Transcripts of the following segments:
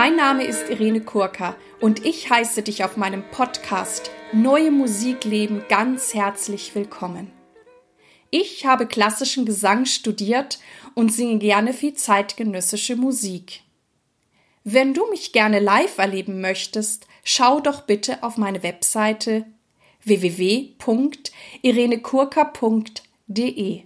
Mein Name ist Irene Kurka und ich heiße dich auf meinem Podcast Neue Musik leben ganz herzlich willkommen. Ich habe klassischen Gesang studiert und singe gerne viel zeitgenössische Musik. Wenn du mich gerne live erleben möchtest, schau doch bitte auf meine Webseite www.irenekurka.de.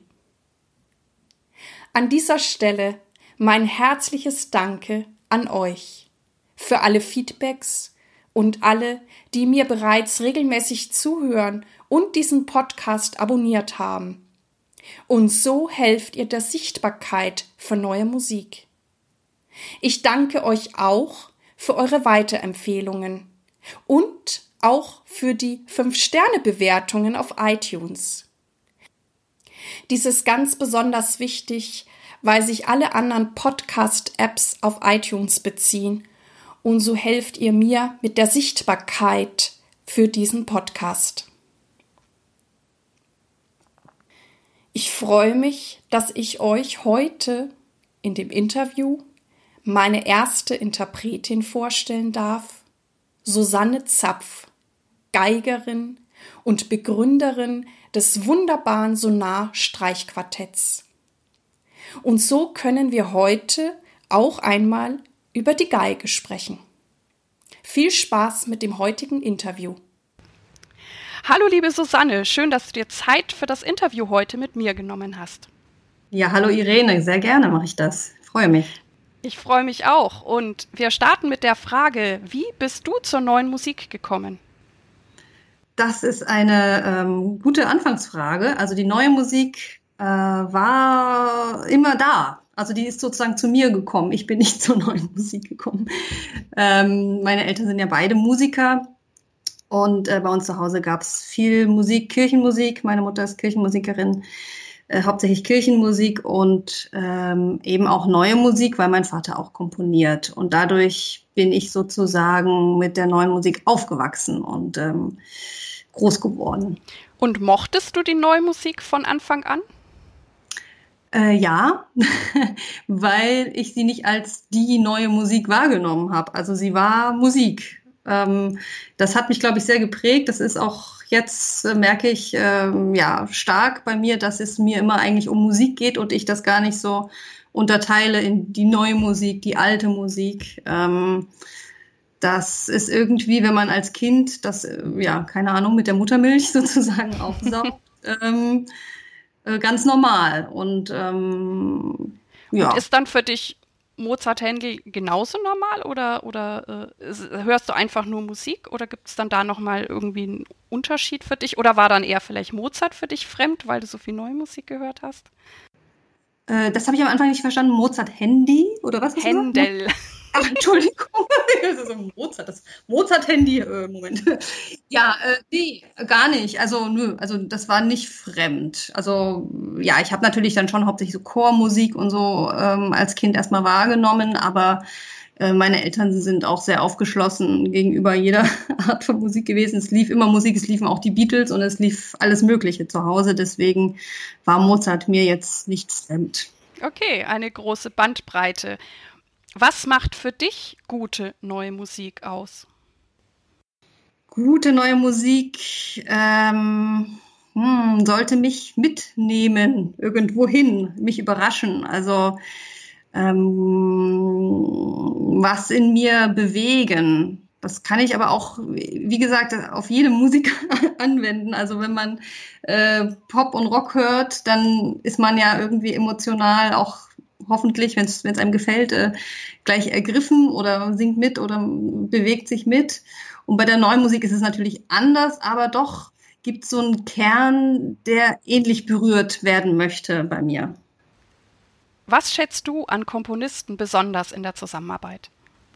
An dieser Stelle mein herzliches Danke an euch für alle Feedbacks und alle, die mir bereits regelmäßig zuhören und diesen Podcast abonniert haben. Und so helft ihr der Sichtbarkeit für neue Musik. Ich danke euch auch für eure Weiterempfehlungen und auch für die 5-Sterne-Bewertungen auf iTunes. Dies ist ganz besonders wichtig, weil sich alle anderen Podcast-Apps auf iTunes beziehen und so helft ihr mir mit der Sichtbarkeit für diesen Podcast. Ich freue mich, dass ich euch heute in dem Interview meine erste Interpretin vorstellen darf, Susanne Zapf, Geigerin und Begründerin des wunderbaren Sonar-Streichquartetts. Und so können wir heute auch einmal über die Geige sprechen. Viel Spaß mit dem heutigen Interview. Hallo liebe Susanne, schön, dass du dir Zeit für das Interview heute mit mir genommen hast. Ja, hallo Irene, sehr gerne mache ich das. Ich freue mich. Ich freue mich auch und wir starten mit der Frage, wie bist du zur neuen Musik gekommen? Das ist eine gute Anfangsfrage. Also die neue Musik war immer da. Also die ist sozusagen zu mir gekommen. Ich bin nicht zur neuen Musik gekommen. Meine Eltern sind ja beide Musiker und bei uns zu Hause gab es viel Musik, Kirchenmusik. Meine Mutter ist Kirchenmusikerin, hauptsächlich Kirchenmusik und eben auch neue Musik, weil mein Vater auch komponiert. Und dadurch bin ich sozusagen mit der neuen Musik aufgewachsen und groß geworden. Und mochtest du die neue Musik von Anfang an? Ja, weil ich sie nicht als die neue Musik wahrgenommen habe. Also sie war Musik. Das hat mich, glaube ich, sehr geprägt. Das ist auch jetzt, merke ich, stark bei mir, dass es mir immer eigentlich um Musik geht und ich das gar nicht so unterteile in die neue Musik, die alte Musik. Das ist irgendwie, wenn man als Kind das, keine Ahnung, mit der Muttermilch sozusagen aufsaugt, ganz normal. Und Und ist dann für dich Mozart, Händel genauso normal oder hörst du einfach nur Musik oder gibt es dann da nochmal irgendwie einen Unterschied für dich? Oder war dann eher vielleicht Mozart für dich fremd, weil du so viel neue Musik gehört hast? Das habe ich am Anfang nicht verstanden. Mozart Handy oder was? Händel. Ach, Entschuldigung, das ist so Mozart, das Mozart-Handy, Moment. Ja, nee, gar nicht. Also, nö, also das war nicht fremd. Also, ja, ich habe natürlich dann schon hauptsächlich so Chormusik und so als Kind erstmal wahrgenommen, aber meine Eltern sind auch sehr aufgeschlossen gegenüber jeder Art von Musik gewesen. Es lief immer Musik, es liefen auch die Beatles und es lief alles Mögliche zu Hause. Deswegen war Mozart mir jetzt nicht fremd. Okay, eine große Bandbreite. Was macht für dich gute neue Musik aus? Gute neue Musik sollte mich mitnehmen, irgendwohin, mich überraschen. Also was in mir bewegen. Das kann ich aber auch, wie gesagt, auf jede Musik anwenden. Also wenn man Pop und Rock hört, dann ist man ja irgendwie emotional auch hoffentlich, wenn es einem gefällt, gleich ergriffen oder singt mit oder bewegt sich mit. Und bei der neuen Musik ist es natürlich anders, aber doch gibt es so einen Kern, der ähnlich berührt werden möchte bei mir. Was schätzt du an Komponisten besonders in der Zusammenarbeit?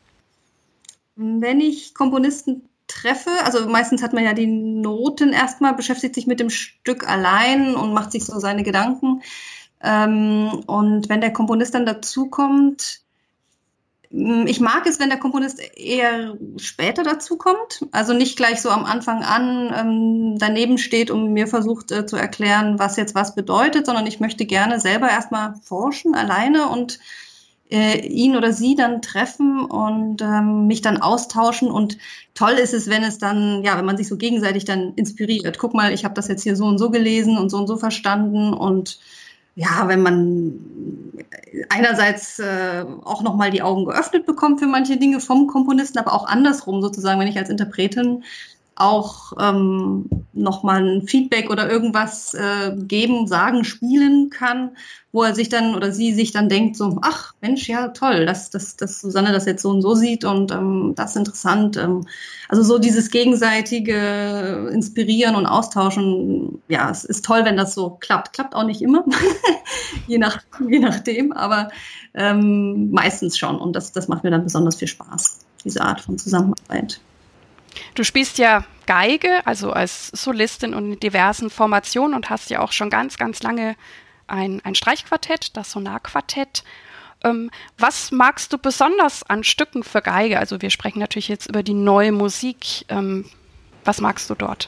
Wenn ich Komponisten treffe, also meistens hat man ja die Noten erstmal, beschäftigt sich mit dem Stück allein und macht sich so seine Gedanken. Und wenn der Komponist dann dazukommt, ich mag es, wenn der Komponist eher später dazukommt, also nicht gleich so am Anfang an daneben steht und mir versucht zu erklären, was jetzt was bedeutet, sondern ich möchte gerne selber erstmal forschen, alleine und ihn oder sie dann treffen und mich dann austauschen. Und toll ist es, wenn es dann, ja, wenn man sich so gegenseitig dann inspiriert. Guck mal, ich habe das jetzt hier so und so gelesen und so verstanden. Und ja, wenn man einerseits auch nochmal die Augen geöffnet bekommt für manche Dinge vom Komponisten, aber auch andersrum sozusagen, wenn ich als Interpretin auch nochmal ein Feedback oder irgendwas geben, sagen, spielen kann, wo er sich dann oder sie sich dann denkt, so, ach Mensch, ja toll, dass Susanne das jetzt so und so sieht und das ist interessant. Also so dieses gegenseitige Inspirieren und Austauschen, ja, es ist toll, wenn das so klappt. Klappt auch nicht immer, je nachdem, aber meistens schon. Und das macht mir dann besonders viel Spaß, diese Art von Zusammenarbeit. Du spielst ja Geige, also als Solistin und in diversen Formationen und hast ja auch schon ganz, ganz lange ein Streichquartett, das Sonarquartett. Was magst du besonders an Stücken für Geige? Also wir sprechen natürlich jetzt über die neue Musik. Was magst du dort?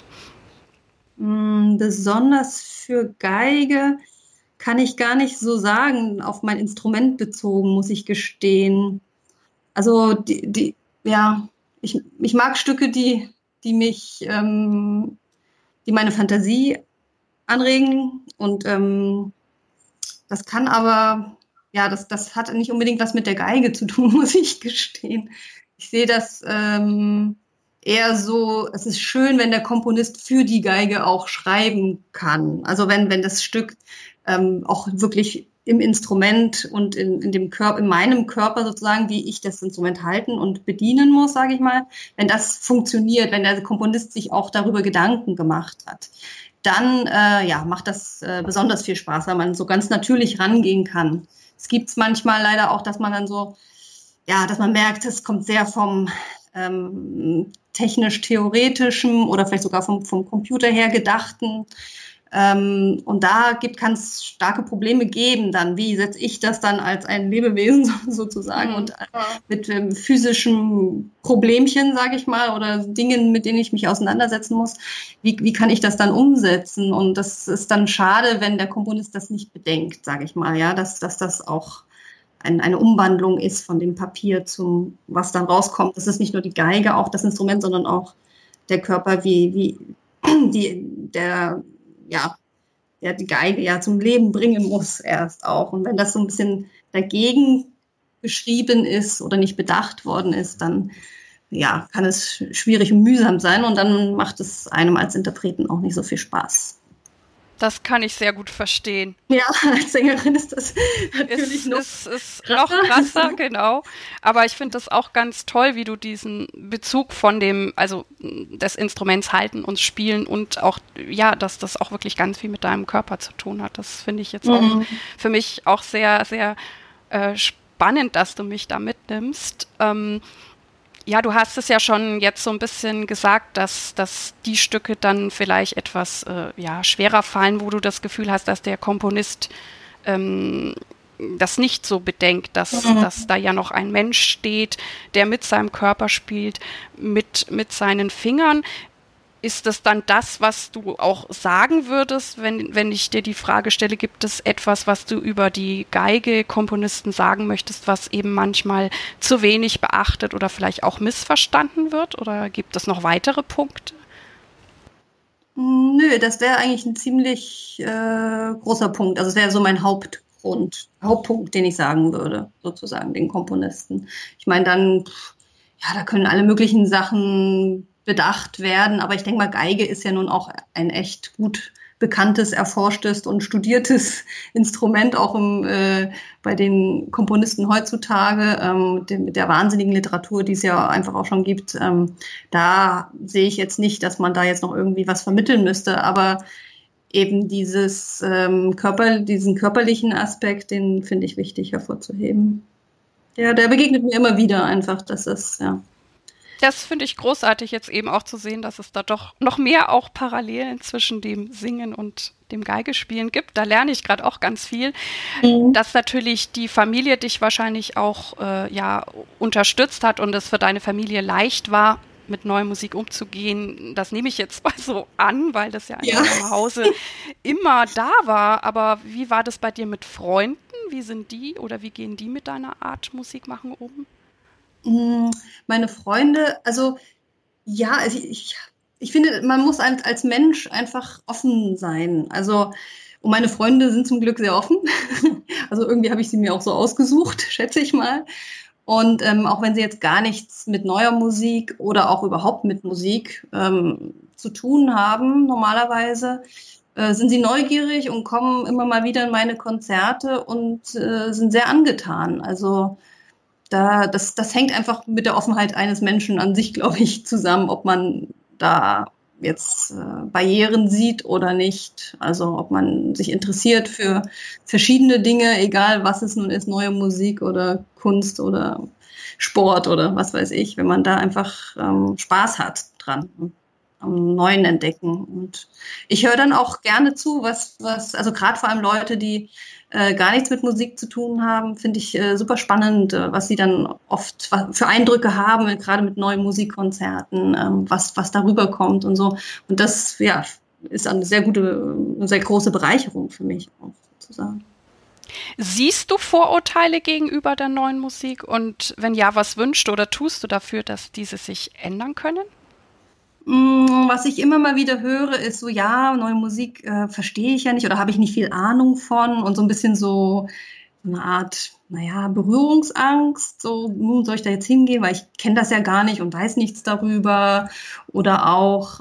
Besonders für Geige kann ich gar nicht so sagen, auf mein Instrument bezogen, muss ich gestehen. Also ich mag Stücke, die mich, die meine Fantasie anregen und das kann aber, ja, das hat nicht unbedingt was mit der Geige zu tun, muss ich gestehen. Ich sehe das eher so, es ist schön, wenn der Komponist für die Geige auch schreiben kann. Also wenn das Stück auch wirklich im Instrument und in dem Körper, in meinem Körper sozusagen, wie ich das Instrument halten und bedienen muss, sage ich mal, wenn das funktioniert, wenn der Komponist sich auch darüber Gedanken gemacht hat, dann macht das besonders viel Spaß, weil man so ganz natürlich rangehen kann. Es gibt es manchmal leider auch, dass man dann so, ja, dass man merkt, es kommt sehr vom technisch-theoretischen oder vielleicht sogar vom Computer her gedachten. Und da kann es starke Probleme geben dann. Wie setze ich das dann als ein Lebewesen sozusagen und mit physischen Problemchen, sage ich mal, oder Dingen, mit denen ich mich auseinandersetzen muss. Wie kann ich das dann umsetzen? Und das ist dann schade, wenn der Komponist das nicht bedenkt, sage ich mal, ja, dass das auch eine Umwandlung ist von dem Papier zum, was dann rauskommt. Das ist nicht nur die Geige, auch das Instrument, sondern auch der Körper, der die Geige ja zum Leben bringen muss erst auch. Und wenn das so ein bisschen dagegen geschrieben ist oder nicht bedacht worden ist, dann ja, kann es schwierig und mühsam sein und dann macht es einem als Interpreten auch nicht so viel Spaß. Das kann ich sehr gut verstehen. Ja, als Sängerin ist das natürlich noch krasser, genau. Aber ich finde das auch ganz toll, wie du diesen Bezug von des Instruments halten und spielen und auch, ja, dass das auch wirklich ganz viel mit deinem Körper zu tun hat. Das finde ich jetzt auch für mich auch sehr, sehr spannend, dass du mich da mitnimmst. Ja, du hast es ja schon jetzt so ein bisschen gesagt, dass die Stücke dann vielleicht etwas schwerer fallen, wo du das Gefühl hast, dass der Komponist das nicht so bedenkt, dass da ja noch ein Mensch steht, der mit seinem Körper spielt, mit seinen Fingern. Ist das dann das, was du auch sagen würdest, wenn ich dir die Frage stelle, gibt es etwas, was du über die Geige-Komponisten sagen möchtest, was eben manchmal zu wenig beachtet oder vielleicht auch missverstanden wird? Oder gibt es noch weitere Punkte? Nö, das wäre eigentlich ein ziemlich großer Punkt. Also es wäre so mein Hauptpunkt, den ich sagen würde, sozusagen, den Komponisten. Ich meine, dann, ja, da können alle möglichen Sachen bedacht werden, aber ich denke mal, Geige ist ja nun auch ein echt gut bekanntes, erforschtes und studiertes Instrument, auch bei den Komponisten heutzutage, mit der wahnsinnigen Literatur, die es ja einfach auch schon gibt. Da sehe ich jetzt nicht, dass man da jetzt noch irgendwie was vermitteln müsste, aber eben diesen körperlichen Aspekt, den finde ich wichtig hervorzuheben. Der begegnet mir immer wieder einfach, dass es, ja. Das finde ich großartig, jetzt eben auch zu sehen, dass es da doch noch mehr auch Parallelen zwischen dem Singen und dem Geigespielen gibt. Da lerne ich gerade auch ganz viel. Dass natürlich die Familie dich wahrscheinlich auch unterstützt hat und es für deine Familie leicht war, mit neuer Musik umzugehen. Das nehme ich jetzt mal so an, weil das ja in deinem Hause immer da war. Aber wie war das bei dir mit Freunden? Wie sind die oder wie gehen die mit deiner Art Musik machen um? Meine Freunde, also ja, ich finde, man muss als Mensch einfach offen sein. Also, und meine Freunde sind zum Glück sehr offen. Also irgendwie habe ich sie mir auch so ausgesucht, schätze ich mal. Und auch wenn sie jetzt gar nichts mit neuer Musik oder auch überhaupt mit Musik zu tun haben, normalerweise, sind sie neugierig und kommen immer mal wieder in meine Konzerte und sind sehr angetan. Also das hängt einfach mit der Offenheit eines Menschen an sich, glaube ich, zusammen, ob man da jetzt Barrieren sieht oder nicht. Also ob man sich interessiert für verschiedene Dinge, egal was es nun ist, neue Musik oder Kunst oder Sport oder was weiß ich, wenn man da einfach Spaß hat dran, am Neuen entdecken. Und ich höre dann auch gerne zu, also gerade vor allem Leute, die gar nichts mit Musik zu tun haben, finde ich super spannend, was sie dann oft für Eindrücke haben, gerade mit neuen Musikkonzerten, was darüber kommt und so. Und das, ja, ist eine sehr große Bereicherung für mich auch sozusagen. Siehst du Vorurteile gegenüber der neuen Musik? Und wenn ja, was wünschst du oder tust du dafür, dass diese sich ändern können? Was ich immer mal wieder höre, ist so, ja, neue Musik verstehe ich ja nicht oder habe ich nicht viel Ahnung von und so ein bisschen so eine Art, naja, Berührungsangst, so, nun soll ich da jetzt hingehen, weil ich kenne das ja gar nicht und weiß nichts darüber oder auch,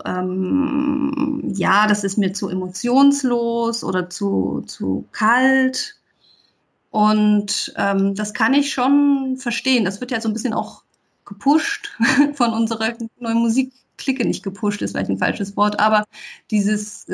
ja, das ist mir zu emotionslos oder zu kalt und das kann ich schon verstehen. Das wird ja so ein bisschen auch gepusht von unserer neuen Musikklicke, nicht gepusht ist vielleicht ein falsches Wort, aber dieses,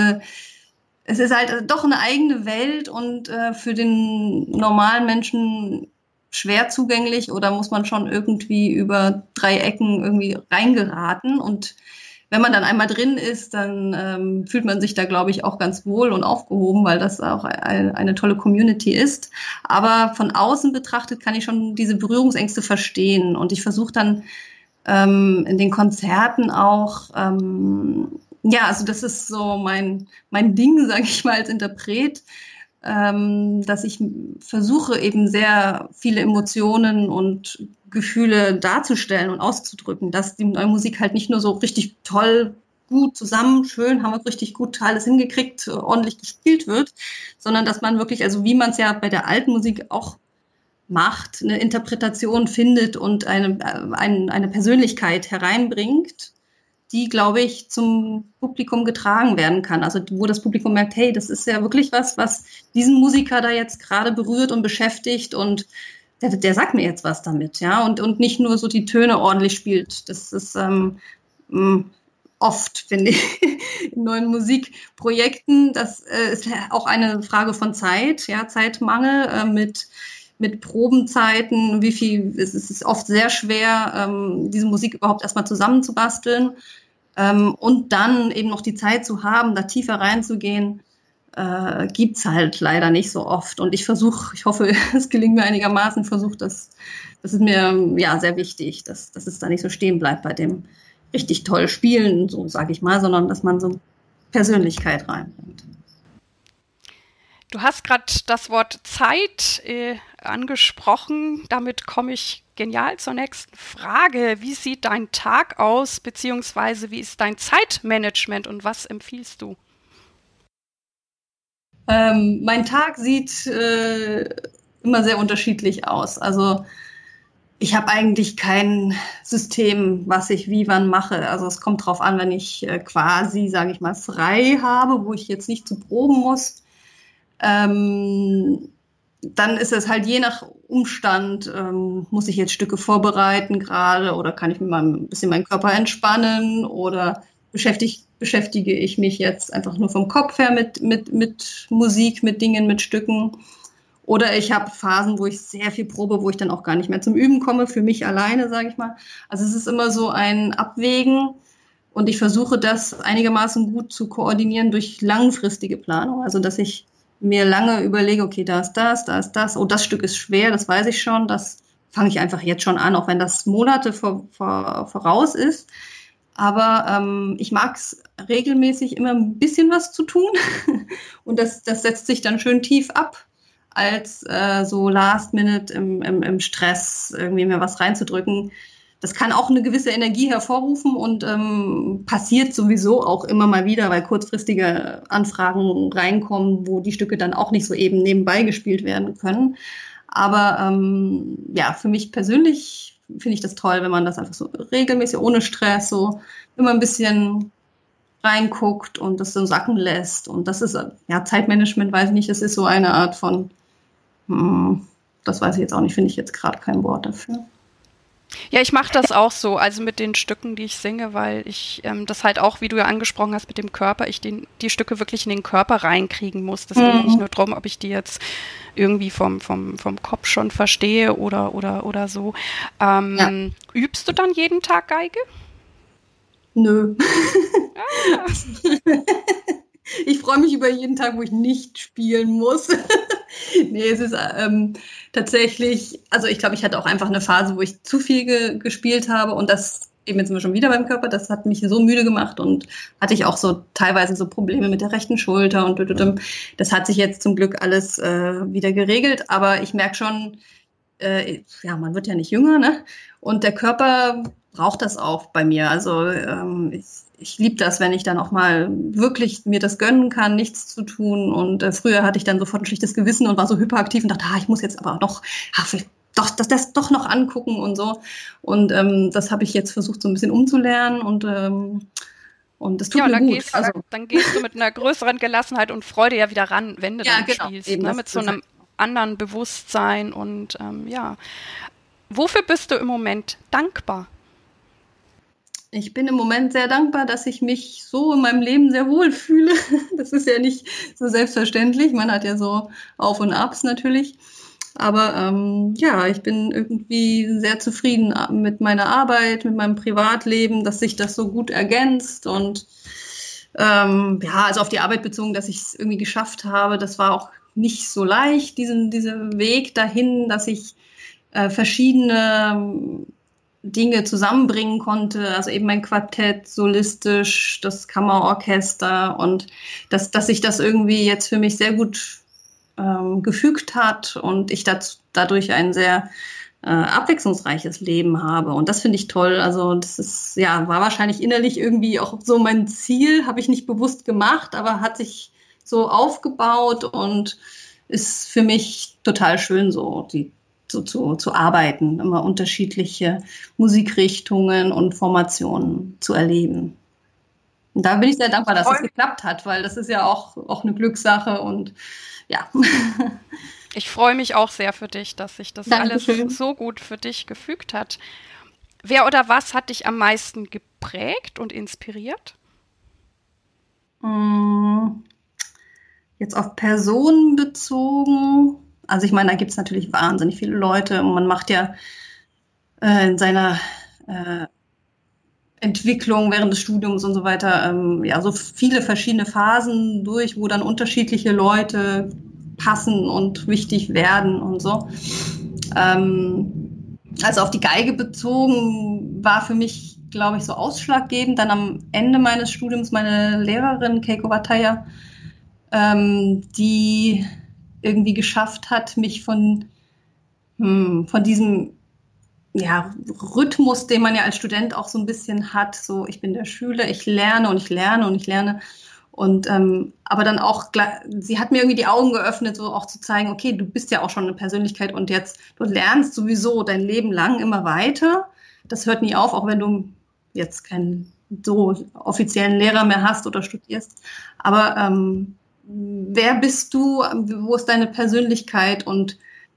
es ist halt doch eine eigene Welt und für den normalen Menschen schwer zugänglich oder muss man schon irgendwie über 3 Ecken irgendwie reingeraten und wenn man dann einmal drin ist, dann fühlt man sich da, glaube ich, auch ganz wohl und aufgehoben, weil das auch eine tolle Community ist. Aber von außen betrachtet kann ich schon diese Berührungsängste verstehen. Und ich versuche dann in den Konzerten auch, ja, also das ist so mein Ding, sage ich mal, als Interpret, dass ich versuche eben sehr viele Emotionen und Gefühle darzustellen und auszudrücken, dass die neue Musik halt nicht nur so richtig toll, gut zusammen, schön, haben wir richtig gut alles hingekriegt, ordentlich gespielt wird, sondern dass man wirklich, also wie man es ja bei der alten Musik auch macht, eine Interpretation findet und eine Persönlichkeit hereinbringt, die, glaube ich, zum Publikum getragen werden kann. Also wo das Publikum merkt, hey, das ist ja wirklich was diesen Musiker da jetzt gerade berührt und beschäftigt und der sagt mir jetzt was damit, ja, und nicht nur so die Töne ordentlich spielt. Das ist oft, finde ich, in neuen Musikprojekten. Das ist auch eine Frage von Zeit, ja, Zeitmangel mit Probenzeiten, es ist oft sehr schwer, diese Musik überhaupt erstmal zusammenzubasteln. Und dann eben noch die Zeit zu haben, da tiefer reinzugehen, gibt's halt leider nicht so oft. Und ich hoffe, es gelingt mir einigermaßen, das ist mir ja sehr wichtig, dass es da nicht so stehen bleibt bei dem richtig toll Spielen, so sage ich mal, sondern dass man so Persönlichkeit reinbringt. Du hast gerade das Wort Zeit angesprochen. Damit komme ich genial zur nächsten Frage. Wie sieht dein Tag aus, beziehungsweise wie ist dein Zeitmanagement und was empfiehlst du? Mein Tag sieht immer sehr unterschiedlich aus. Also ich habe eigentlich kein System, was ich wie wann mache. Also es kommt drauf an, wenn ich quasi, sage ich mal, frei habe, wo ich jetzt nicht zu proben muss. Dann ist es halt je nach Umstand, muss ich jetzt Stücke vorbereiten gerade oder kann ich mir mal ein bisschen meinen Körper entspannen oder beschäftige ich mich jetzt einfach nur vom Kopf her mit Musik, mit Dingen, mit Stücken. Oder ich habe Phasen, wo ich sehr viel probe, wo ich dann auch gar nicht mehr zum Üben komme, für mich alleine, sage ich mal. Also es ist immer so ein Abwägen und ich versuche das einigermaßen gut zu koordinieren durch langfristige Planung. Also dass ich mir lange überlege, okay, da ist das. Oh, das Stück ist schwer, das weiß ich schon, das fange ich einfach jetzt schon an, auch wenn das Monate voraus ist. Aber ich mag es regelmäßig immer ein bisschen was zu tun und das setzt sich dann schön tief ab. als so Last Minute im Stress irgendwie mir was reinzudrücken. Das kann auch eine gewisse Energie hervorrufen und passiert sowieso auch immer mal wieder, weil kurzfristige Anfragen reinkommen, wo die Stücke dann auch nicht so eben nebenbei gespielt werden können. Aber ja, für mich persönlich finde ich das toll, wenn man das einfach so regelmäßig, ohne Stress, so immer ein bisschen reinguckt und das so sacken lässt. Und das ist, ja, Zeitmanagement, weiß ich nicht, das ist so eine Art von, das weiß ich jetzt auch nicht, finde ich jetzt gerade kein Wort dafür. Ja, ich mache das auch so, also mit den Stücken, die ich singe, weil ich das halt auch, wie du ja angesprochen hast, mit dem Körper, ich die Stücke wirklich in den Körper reinkriegen muss. Das geht nicht nur darum, ob ich die jetzt irgendwie vom Kopf schon verstehe oder so. Ja. Übst du dann jeden Tag Geige? Nö. Ich freue mich über jeden Tag, wo ich nicht spielen muss. Nee, es ist tatsächlich, also ich glaube, ich hatte auch einfach eine Phase, wo ich zu viel gespielt habe und das, eben jetzt sind wir schon wieder beim Körper, das hat mich so müde gemacht und hatte ich auch so teilweise so Probleme mit der rechten Schulter und das hat sich jetzt zum Glück alles wieder geregelt, aber ich merke schon, ja, man wird ja nicht jünger, ne? Und der Körper braucht das auch bei mir. Also ich liebe das, wenn ich dann auch mal wirklich mir das gönnen kann, nichts zu tun. Und früher hatte ich dann sofort ein schlechtes Gewissen und war so hyperaktiv und dachte, ich muss jetzt aber noch, das doch noch angucken und so. Und das habe ich jetzt versucht, so ein bisschen umzulernen und das tut mir gut. Dann gehst du mit einer größeren Gelassenheit und Freude ja wieder ran, wenn du dann spielst, eben, ne? Mit so einem anderen Bewusstsein und ja. Wofür bist du im Moment dankbar? Ich bin im Moment sehr dankbar, dass ich mich so in meinem Leben sehr wohl fühle. Das ist ja nicht so selbstverständlich. Man hat ja so Auf und Abs natürlich. Aber ja, ich bin irgendwie sehr zufrieden mit meiner Arbeit, mit meinem Privatleben, dass sich das so gut ergänzt. Und ja, also auf die Arbeit bezogen, dass ich es irgendwie geschafft habe. Das war auch nicht so leicht, diesen Weg dahin, dass ich verschiedene Dinge zusammenbringen konnte, also eben mein Quartett, solistisch, das Kammerorchester und dass sich das irgendwie jetzt für mich sehr gut gefügt hat und ich dadurch ein sehr abwechslungsreiches Leben habe und das finde ich toll. Also das ist, ja, war wahrscheinlich innerlich irgendwie auch so mein Ziel, habe ich nicht bewusst gemacht, aber hat sich so aufgebaut und ist für mich total schön so, zu arbeiten, immer unterschiedliche Musikrichtungen und Formationen zu erleben. Und da bin ich sehr dankbar, dass es geklappt hat, weil das ist ja auch eine Glückssache und ja. Ich freue mich auch sehr für dich, dass sich das alles so gut für dich gefügt hat. Wer oder was hat dich am meisten geprägt und inspiriert? Jetzt auf Personen bezogen. Also ich meine, da gibt es natürlich wahnsinnig viele Leute und man macht ja in seiner Entwicklung während des Studiums und so weiter ja so viele verschiedene Phasen durch, wo dann unterschiedliche Leute passen und wichtig werden und so. Also auf die Geige bezogen war für mich, glaube ich, so ausschlaggebend. Dann am Ende meines Studiums meine Lehrerin Keiko Wataya, die irgendwie geschafft hat, mich von diesem Rhythmus, den man ja als Student auch so ein bisschen hat, so ich bin der Schüler, ich lerne und ich lerne und ich lerne und aber dann auch, sie hat mir irgendwie die Augen geöffnet, so auch zu zeigen, okay, du bist ja auch schon eine Persönlichkeit und jetzt, du lernst sowieso dein Leben lang immer weiter, das hört nie auf, auch wenn du jetzt keinen so offiziellen Lehrer mehr hast oder studierst, aber wer bist du, wo ist deine Persönlichkeit und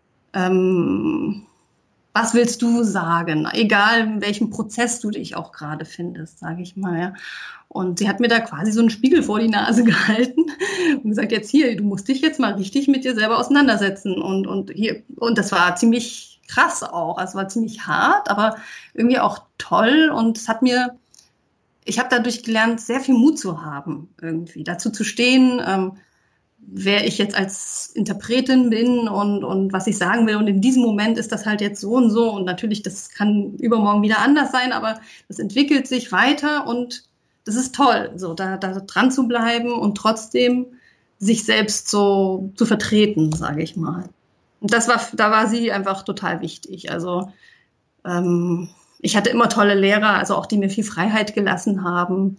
was willst du sagen? Egal, in welchem Prozess du dich auch gerade findest, sage ich mal. Ja. Und sie hat mir da quasi so einen Spiegel vor die Nase gehalten und gesagt, jetzt hier, du musst dich jetzt mal richtig mit dir selber auseinandersetzen. Und das war ziemlich krass auch. Also es war ziemlich hart, aber irgendwie auch toll. Und ich habe dadurch gelernt, sehr viel Mut zu haben, irgendwie dazu zu stehen, wer ich jetzt als Interpretin bin und was ich sagen will. Und in diesem Moment ist das halt jetzt so und so. Und natürlich, das kann übermorgen wieder anders sein, aber das entwickelt sich weiter und das ist toll, so da dran zu bleiben und trotzdem sich selbst so zu vertreten, sage ich mal. Und da war sie einfach total wichtig. Also ich hatte immer tolle Lehrer, also auch die mir viel Freiheit gelassen haben,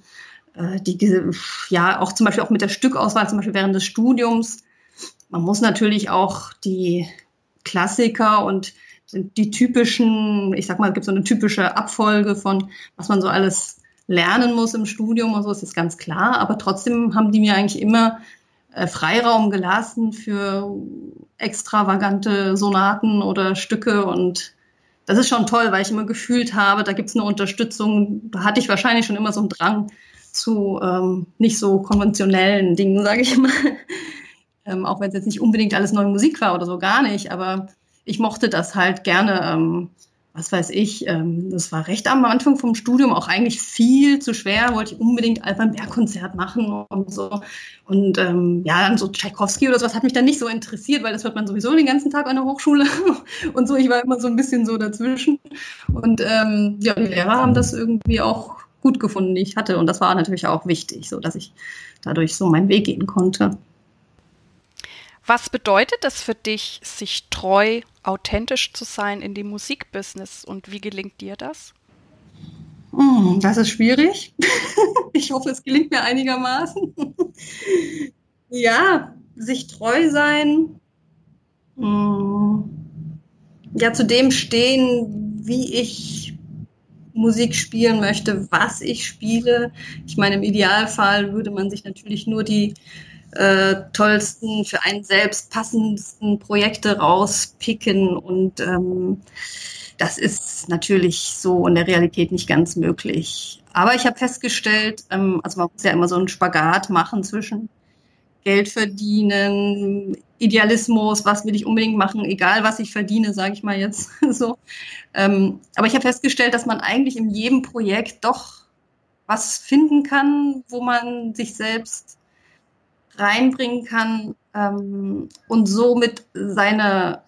ja auch zum Beispiel auch mit der Stückauswahl, zum Beispiel während des Studiums. Man muss natürlich auch die Klassiker und die typischen, ich sag mal, es gibt so eine typische Abfolge von, was man so alles lernen muss im Studium und so, ist das ganz klar. Aber trotzdem haben die mir eigentlich immer Freiraum gelassen für extravagante Sonaten oder Stücke. Und das ist schon toll, weil ich immer gefühlt habe, da gibt es eine Unterstützung. Da hatte ich wahrscheinlich schon immer so einen Drang zu nicht so konventionellen Dingen, sage ich mal. Auch wenn es jetzt nicht unbedingt alles neue Musik war oder so, gar nicht. Aber ich mochte das halt gerne. Was weiß ich, das war recht am Anfang vom Studium auch eigentlich viel zu schwer, wollte ich unbedingt Alban Berg-Konzert machen und so. Und ja, dann so Tschaikowski oder sowas hat mich dann nicht so interessiert, weil das hört man sowieso den ganzen Tag an der Hochschule und so. Ich war immer so ein bisschen so dazwischen. Und ja, die Lehrer haben das irgendwie auch gut gefunden, die ich hatte. Und das war natürlich auch wichtig, so dass ich dadurch so meinen Weg gehen konnte. Was bedeutet es für dich, sich treu, authentisch zu sein in dem Musikbusiness und wie gelingt dir das? Das ist schwierig. Ich hoffe, es gelingt mir einigermaßen. Ja, sich treu sein. Ja, zu dem stehen, wie ich Musik spielen möchte, was ich spiele. Ich meine, im Idealfall würde man sich natürlich nur die tollsten, für einen selbst passendsten Projekte rauspicken und das ist natürlich so in der Realität nicht ganz möglich. Aber ich habe festgestellt, also man muss ja immer so einen Spagat machen zwischen Geld verdienen, Idealismus, was will ich unbedingt machen, egal was ich verdiene, sage ich mal jetzt so. Aber ich habe festgestellt, dass man eigentlich in jedem Projekt doch was finden kann, wo man sich selbst reinbringen kann und somit seine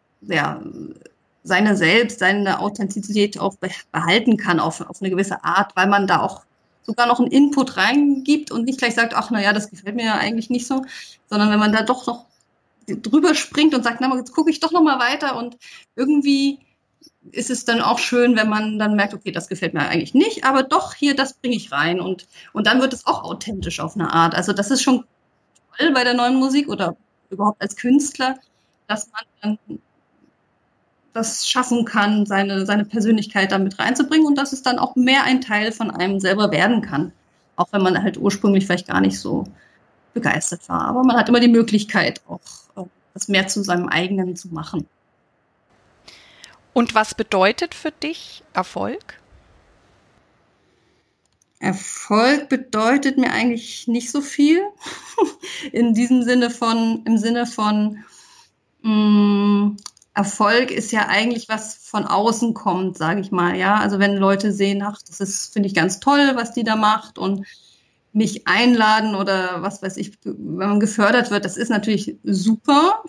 Authentizität auch behalten kann auf eine gewisse Art, weil man da auch sogar noch einen Input reingibt und nicht gleich sagt, ach naja, das gefällt mir ja eigentlich nicht so, sondern wenn man da doch noch drüber springt und sagt, na, jetzt gucke ich doch noch mal weiter und irgendwie ist es dann auch schön, wenn man dann merkt, okay, das gefällt mir eigentlich nicht, aber doch hier, das bringe ich rein und dann wird es auch authentisch auf eine Art. Also das ist schon toll bei der neuen Musik oder überhaupt als Künstler, dass man dann das schaffen kann, seine Persönlichkeit damit reinzubringen und dass es dann auch mehr ein Teil von einem selber werden kann. Auch wenn man halt ursprünglich vielleicht gar nicht so begeistert war. Aber man hat immer die Möglichkeit, auch das mehr zu seinem eigenen zu machen. Und was bedeutet für dich Erfolg? Erfolg bedeutet mir eigentlich nicht so viel. Im Sinne von Erfolg ist ja eigentlich was von außen kommt, sage ich mal. Ja, also wenn Leute sehen, ach, das ist, finde ich ganz toll, was die da macht und mich einladen oder was weiß ich, wenn man gefördert wird, das ist natürlich super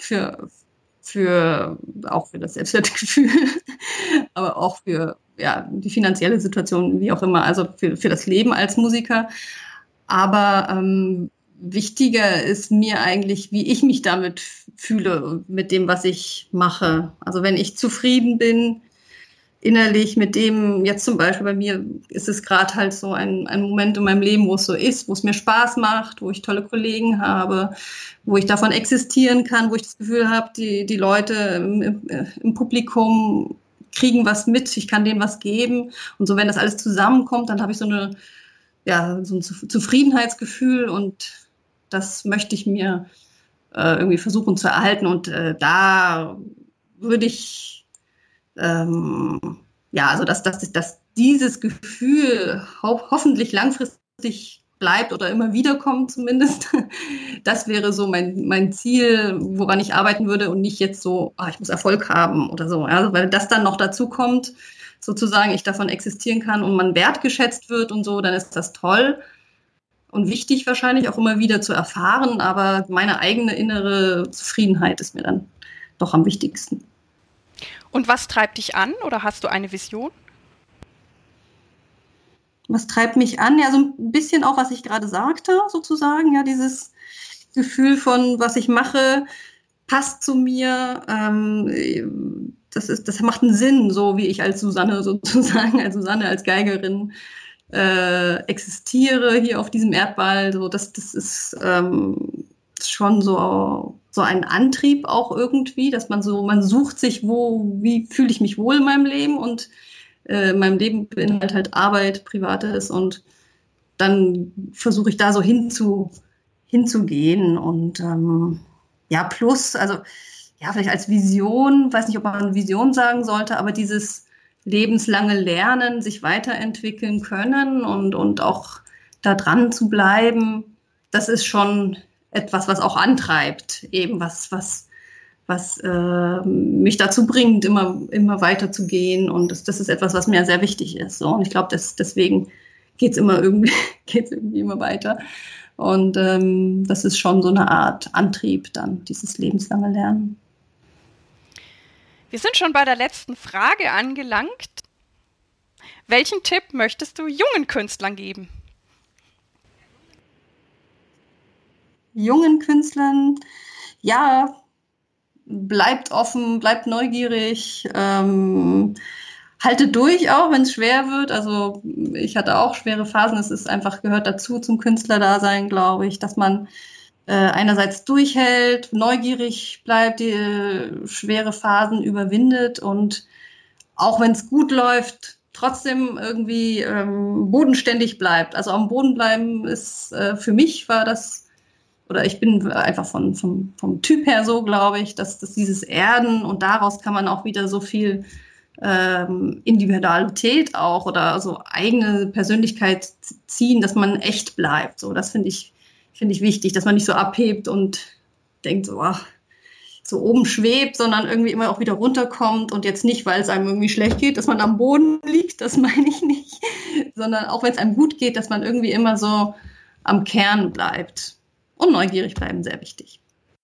auch für das Selbstwertgefühl, aber auch für die finanzielle Situation, wie auch immer, also für das Leben als Musiker. Aber wichtiger ist mir eigentlich, wie ich mich damit fühle, mit dem, was ich mache. Also wenn ich zufrieden bin, innerlich mit dem, jetzt zum Beispiel bei mir ist es gerade halt so ein Moment in meinem Leben, wo es so ist, wo es mir Spaß macht, wo ich tolle Kollegen habe, wo ich davon existieren kann, wo ich das Gefühl habe, die Leute im Publikum kriegen was mit, ich kann denen was geben. Und so, wenn das alles zusammenkommt, dann habe ich so ein Zufriedenheitsgefühl und das möchte ich mir irgendwie versuchen zu erhalten. Und da würde ich also dass dieses Gefühl hoffentlich langfristig bleibt oder immer wieder kommt zumindest, das wäre so mein Ziel, woran ich arbeiten würde und nicht jetzt so, ich muss Erfolg haben oder so. Also, weil das dann noch dazu kommt, sozusagen ich davon existieren kann und man wertgeschätzt wird und so, dann ist das toll und wichtig wahrscheinlich auch immer wieder zu erfahren, aber meine eigene innere Zufriedenheit ist mir dann doch am wichtigsten. Und was treibt dich an oder hast du eine Vision? Was treibt mich an? Ja, so ein bisschen auch, was ich gerade sagte, sozusagen, ja, dieses Gefühl von, was ich mache, passt zu mir. Das macht einen Sinn, so wie ich als Susanne sozusagen, als Susanne, als Geigerin existiere hier auf diesem Erdball. So, das ist schon so ein Antrieb auch irgendwie, dass man sucht sich, wie fühle ich mich wohl in meinem Leben, und meinem Leben beinhaltet halt Arbeit, Privates, und dann versuche ich da so hinzugehen, und plus, also ja, vielleicht als Vision, weiß nicht, ob man Vision sagen sollte, aber dieses lebenslange Lernen, sich weiterentwickeln können und auch da dran zu bleiben, das ist schon etwas, was auch antreibt, eben was mich dazu bringt, immer weiter zu gehen. Und das ist etwas, was mir sehr wichtig ist. So. Und ich glaube, deswegen geht's irgendwie immer weiter. Und das ist schon so eine Art Antrieb dann, dieses lebenslange Lernen. Wir sind schon bei der letzten Frage angelangt. Welchen Tipp möchtest du jungen Künstlern geben? Jungen Künstlern, ja, bleibt offen, bleibt neugierig, haltet durch auch, wenn es schwer wird. Also ich hatte auch schwere Phasen. Es ist einfach, gehört dazu zum Künstlerdasein, glaube ich, dass man einerseits durchhält, neugierig bleibt, die schwere Phasen überwindet, und auch wenn es gut läuft, trotzdem irgendwie bodenständig bleibt. Also am Boden bleiben ist, für mich war das, oder ich bin einfach vom Typ her so, glaube ich, dass dieses Erden, und daraus kann man auch wieder so viel Individualität auch oder so eigene Persönlichkeit ziehen, dass man echt bleibt. So, das finde ich wichtig, dass man nicht so abhebt und denkt so, ach, so oben schwebt, sondern irgendwie immer auch wieder runterkommt, und jetzt nicht, weil es einem irgendwie schlecht geht, dass man am Boden liegt, das meine ich nicht, sondern auch wenn es einem gut geht, dass man irgendwie immer so am Kern bleibt. Und neugierig bleiben, sehr wichtig.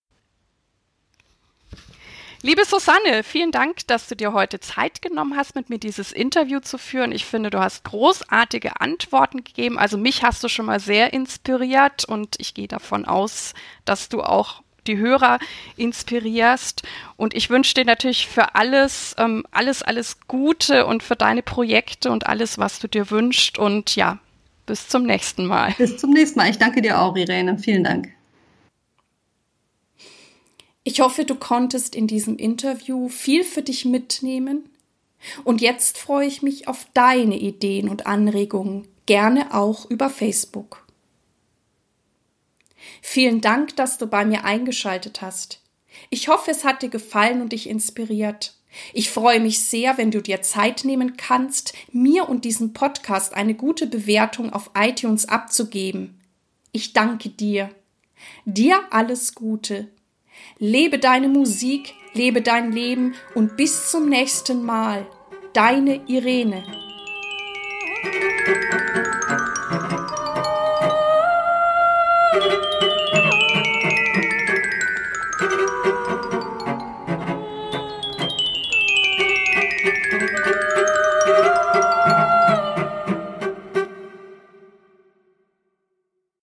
Liebe Susanne, vielen Dank, dass du dir heute Zeit genommen hast, mit mir dieses Interview zu führen. Ich finde, du hast großartige Antworten gegeben. Also mich hast du schon mal sehr inspiriert, und ich gehe davon aus, dass du auch die Hörer inspirierst. Und ich wünsche dir natürlich für alles Gute und für deine Projekte und alles, was du dir wünschst. Und ja, bis zum nächsten Mal. Bis zum nächsten Mal. Ich danke dir auch, Irene. Vielen Dank. Ich hoffe, du konntest in diesem Interview viel für dich mitnehmen. Und jetzt freue ich mich auf deine Ideen und Anregungen, gerne auch über Facebook. Vielen Dank, dass du bei mir eingeschaltet hast. Ich hoffe, es hat dir gefallen und dich inspiriert. Ich freue mich sehr, wenn du dir Zeit nehmen kannst, mir und diesem Podcast eine gute Bewertung auf iTunes abzugeben. Ich danke dir. Dir alles Gute. Lebe deine Musik, lebe dein Leben, und bis zum nächsten Mal. Deine Irene.